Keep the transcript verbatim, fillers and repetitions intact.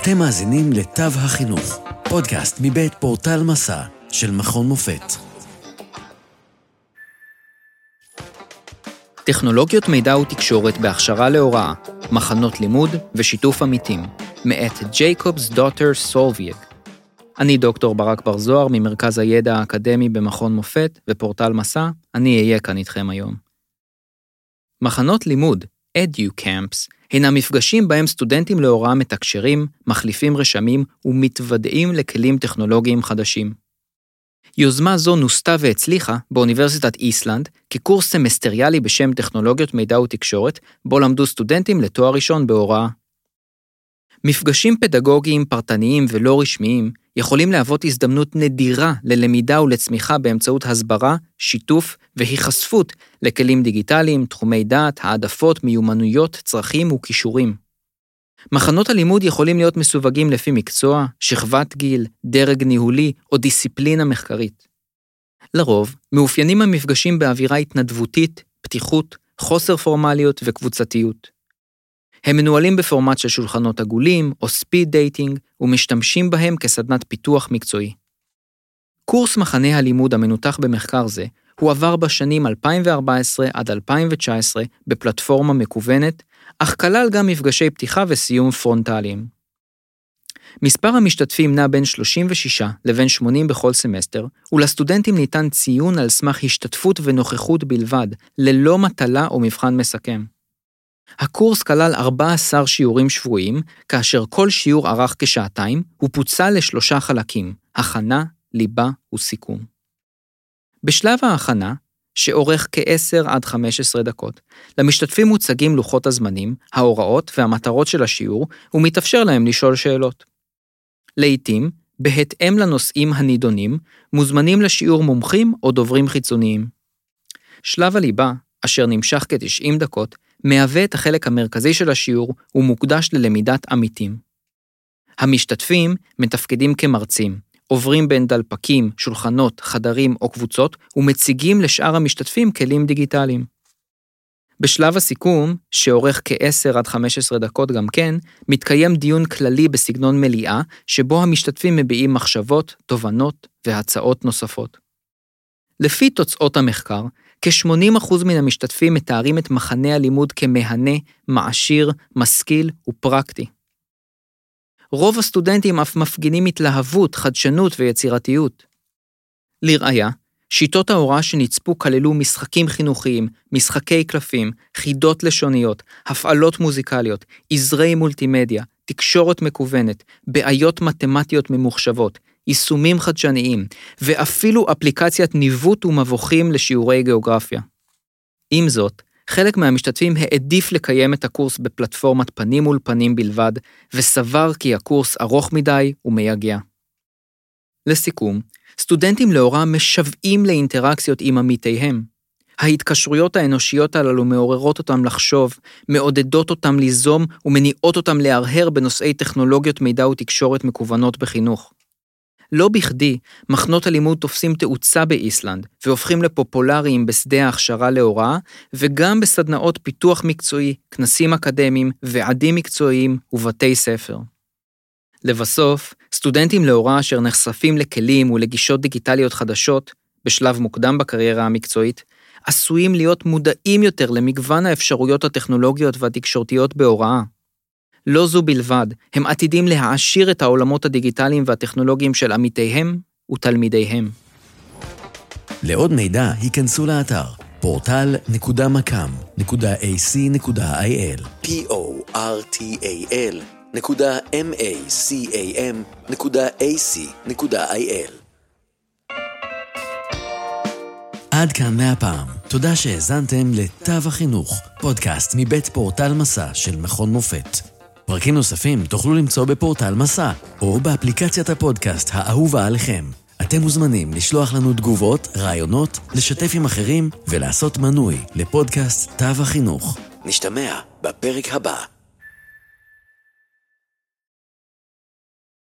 אתם מאזינים לתו החינוך, פודקאסט מבית פורטל מסע של מכון מופת. טכנולוגיות מידע ותקשורת בהכשרה להוראה, מחנות לימוד ושיתוף עמיתים, מאת ג'ייקובס דוטר סולוויג. אני דוקטור ברק בר זוהר ממרכז הידע האקדמי במכון מופת ופורטל מסע, אני אהיה כאן איתכם היום. מחנות לימוד, EduCamps, הינם מפגשים בהם סטודנטים להוראה מתקשרים, מחליפים רשמים ומתוודעים לכלים טכנולוגיים חדשים. יוזמה זו נוסתה והצליחה באוניברסיטת איסלנד כקורס סמסטריאלי בשם טכנולוגיות מידע ותקשורת, בו למדו סטודנטים לתואר ראשון בהוראה. מפגשים פדגוגיים פרטניים ולא רשמיים יכולים להוות הזדמנות נדירה ללמידה ולצמיחה באמצעות הסברה, שיתוף והיחשפות לכלים דיגיטליים, תחומי דעת, העדפות, מיומנויות, צרכים וכישורים. מחנות הלימוד יכולים להיות מסווגים לפי מקצוע, שכבת גיל, דרג ניהולי או דיסציפלינה מחקרית. לרוב, מאופיינים המפגשים באווירה התנדבותית, פתיחות, חוסר פורמליות וקבוצתיות. הם מנוהלים בפורמט של שולחנות עגולים או ספיד דייטינג ומשתמשים בהם כסדנת פיתוח מקצועי. קורס מחנה הלימוד המנותח במחקר זה הועבר בשנים אלפיים וארבע עשרה עד אלפיים תשע עשרה בפלטפורמה מקוונת, אך כלל גם מפגשי פתיחה וסיום פרונטליים. מספר המשתתפים נע בין שלושים ושש לבין שמונים בכל סמסטר, ולסטודנטים ניתן ציון על סמך השתתפות ונוכחות בלבד, ללא מטלה או מבחן מסכם. הקורס כלל ארבעה עשר שיעורים שבועיים, כאשר כל שיעור ארך כשעתיים, הוא פוצל לשלושה חלקים, הכנה, ליבה וסיכום. בשלב ההכנה, שאורך כ-עשר עד חמש עשרה דקות, למשתתפים מוצגים לוחות הזמנים, ההוראות והמטרות של השיעור, ומתאפשר להם לשאול שאלות. לעתים, בהתאם לנושאים הנידונים, מוזמנים לשיעור מומחים או דוברים חיצוניים. שלב הליבה, אשר נמשך כ-תשעים דקות, מהווה את החלק המרכזי של השיעור ומוקדש ללמידת עמיתים. המשתתפים מתפקדים כמרצים, עוברים בין דלפקים, שולחנות, חדרים או קבוצות ומציגים לשאר המשתתפים כלים דיגיטליים. בשלב הסיכום, שאורך כ-עשר עד חמש עשרה דקות גם כן, מתקיים דיון כללי בסגנון מליאה, שבו המשתתפים מביעים מחשבות, תובנות והצעות נוספות. לפי תוצאות המחקר, כ-שמונים אחוז מן המשתתפים מתארים את מחנה הלימוד כמהנה, מעשיר, משכיל ופרקטי. רוב הסטודנטים אף מפגינים התלהבות, חדשנות ויצירתיות. לראיה, שיטות ההוראה שנצפו כללו משחקים חינוכיים, משחקי קלפים, חידות לשוניות, הפעלות מוזיקליות, עזרי מולטימדיה, תקשורת מקוונת, בעיות מתמטיות ממוחשבות, יישומים חדשניים, ואפילו אפליקציית ניווט ומבוכים לשיעורי גיאוגרפיה. עם זאת, חלק מהמשתתפים העדיף לקיים את הקורס בפלטפורמת פנים מול פנים בלבד, וסבר כי הקורס ארוך מדי ומייגע. לסיכום, סטודנטים להוראה משוועים לאינטראקציות עם עמיתיהם. ההתקשרויות האנושיות הללו מעוררות אותם לחשוב, מעודדות אותם ליזום ומניעות אותם להרהר בנושאי טכנולוגיות מידע ותקשורת מקוונות בחינוך. לא בכדי, מחנות הלימוד תופסים תאוצה באיסלנד, והופכים לפופולריים בשדה ההכשרה להוראה, וגם בסדנאות פיתוח מקצועי, כנסים אקדמיים, ועדים מקצועיים ובתי ספר. לבסוף, סטודנטים להוראה אשר נחשפים לכלים ולגישות דיגיטליות חדשות, בשלב מוקדם בקריירה המקצועית, עשויים להיות מודעים יותר למגוון האפשרויות הטכנולוגיות והתקשורתיות בהוראה. לא זו בלבד, הם עתידים להעשיר את העולמות הדיגיטליים והטכנולוגיים של עמיתיהם ותלמידיהם. לעוד מידע, היכנסו לאתר פורטל נקודה מקאם נקודה איי סי נקודה איי אל פורטל נקודה מקאם נקודה איי סי נקודה איי אל. עד כאן מהפעם. תודה שהאזנתם לתו החינוך, פודקאסט מבית פורטל מסע של מכון מופת. פרקים נוספים תוכלו למצוא בפורטל מסע, או באפליקציית הפודקאסט האהובה עליכם. אתם מוזמנים לשלוח לנו תגובות, רעיונות, לשתף עם אחרים, ולעשות מנוי לפודקאסט תו החינוך. נשתמע בפרק הבא.